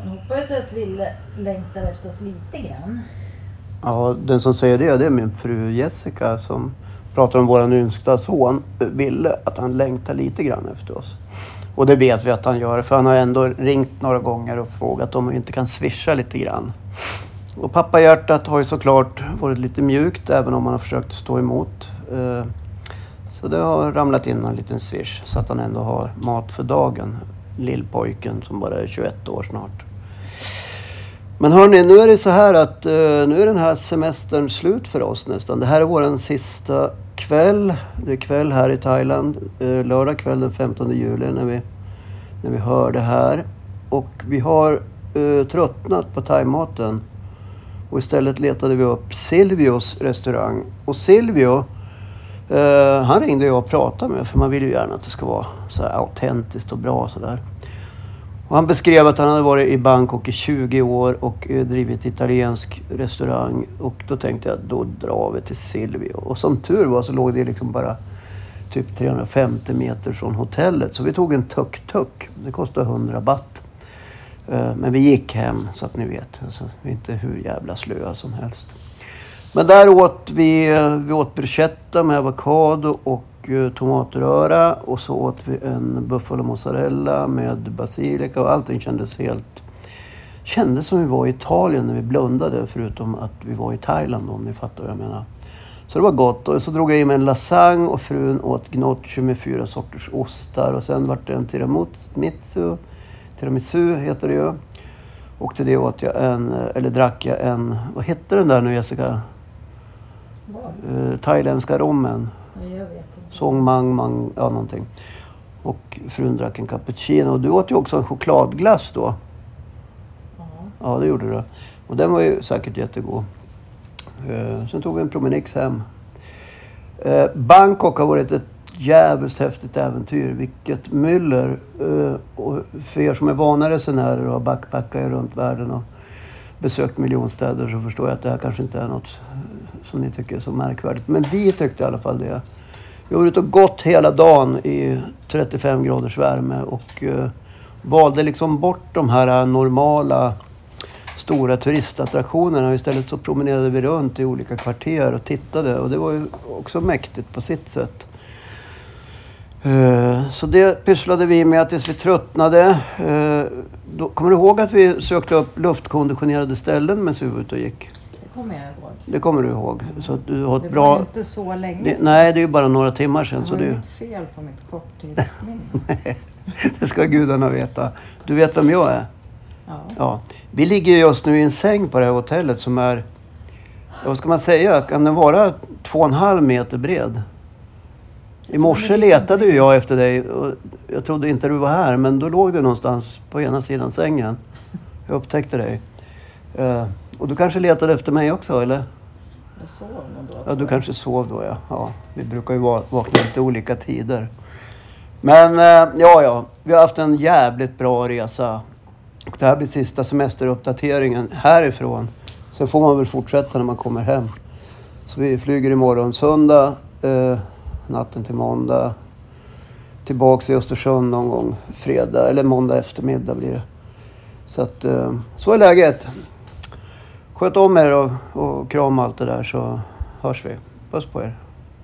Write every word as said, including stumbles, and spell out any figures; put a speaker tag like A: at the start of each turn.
A: Jag hoppas att vi längtar efter oss lite grann.
B: Ja, den som säger det, det är min fru Jessica som pratar om våran yngsta son. Ville att han längtar lite grann efter oss. Och det vet vi att han gör, för han har ändå ringt några gånger och frågat om vi inte kan swisha lite grann. Och pappa hjärtat har ju såklart varit lite mjukt även om han har försökt stå emot. Så det har ramlat in en liten swish så att han ändå har mat för dagen. Lillpojken som bara är tjugoett år snart. Men hörni, nu är det så här att nu är den här semestern slut för oss nästan. Det här är vår sista kväll. Det är kväll här i Thailand. Lördag kväll den femtonde juli när vi, när vi hör det här. Och vi har uh, tröttnat på thaimaten. Och istället letade vi upp Silvios restaurang. Och Silvio, uh, han ringde jag och pratade med. För man vill ju gärna att det ska vara så här autentiskt och bra sådär. Och han beskrev att han hade varit i Bangkok i tjugo år och uh, drivit italiensk restaurang. Och då tänkte jag, då drar vi till Silvio. Och som tur var så låg det liksom bara typ trehundrafemtio meter från hotellet. Så vi tog en tuk-tuk. Det kostade hundra baht. Men vi gick hem så att ni vet. Alltså, vi är inte hur jävla slöa som helst. Men där åt vi, vi åt bruschetta med avokado och tomatröra. Och så åt vi en buffalo mozzarella med basilika. Och allting kändes helt... Kändes som vi var i Italien när vi blundade. Förutom att vi var i Thailand, om ni fattar vad jag menar. Så det var gott. Och så drog jag i mig en lasagne och frun åt gnocchi med fyra sorters ostar. Och sen var det en tiramisu. Tiramisu heter det ju. Och till det åt jag en, eller drack jag en, vad heter den där nu Jessica? Uh, thailändska rommen.
A: Jag vet inte.
B: Song mang mang, ja någonting. Och frun drack en cappuccino. Och du åt ju också en chokladglass då.
A: Ja.
B: Ja, det gjorde du. Och den var ju säkert jättegod. Uh, sen tog vi en promenix hem. Uh, Bangkok har varit ett jävligt häftigt äventyr. Vilket myller. Uh, och för er som är vana resenärer och har backpackat runt världen och besökt miljonstäder så förstår jag att det här kanske inte är något som ni tycker är så märkvärdigt. Men vi tyckte i alla fall det. Vi har varit och gått hela dagen i trettiofem graders värme och uh, valde liksom bort de här normala stora turistattraktionerna. Istället så promenerade vi runt i olika kvarter och tittade. Och det var ju också mäktigt på sitt sätt. Uh, så det pysslade vi med tills vi tröttnade. Uh, då, kommer du ihåg att vi sökte upp luftkonditionerade ställen med sig ut och gick?
A: Det kommer jag ihåg.
B: Det kommer du ihåg. Så att du har ett
A: det
B: bra...
A: var inte så länge
B: det, nej, det är ju bara några timmar sedan.
A: Det
B: så
A: var
B: du...
A: inget fel på mitt korttidsminne.
B: Nej, det ska gudarna veta. Du vet vem jag är?
A: Ja.
B: Ja. Vi ligger just nu i en säng på det här hotellet som är... Vad ska man säga? Kan den vara två och en halv meter bred? I morse letade ju jag efter dig och jag trodde inte du var här, men då låg du någonstans på ena sidan sängen. Jag upptäckte dig. Uh, och du kanske letade efter mig också, eller?
A: Jag sov nog då.
B: Ja, du kanske sov då, ja. ja. Vi brukar ju vakna lite olika tider. Men uh, ja, ja. Vi har haft en jävligt bra resa. Och det här blir sista semesteruppdateringen härifrån. Sen får man väl fortsätta när man kommer hem. Så vi flyger imorgon söndag. Uh, natten till måndag. Tillbaks i Östersund någon gång fredag. Eller måndag eftermiddag blir det. Så att uh, så är läget. Sköt om er och, och krama allt det där så hörs vi. Puss på er.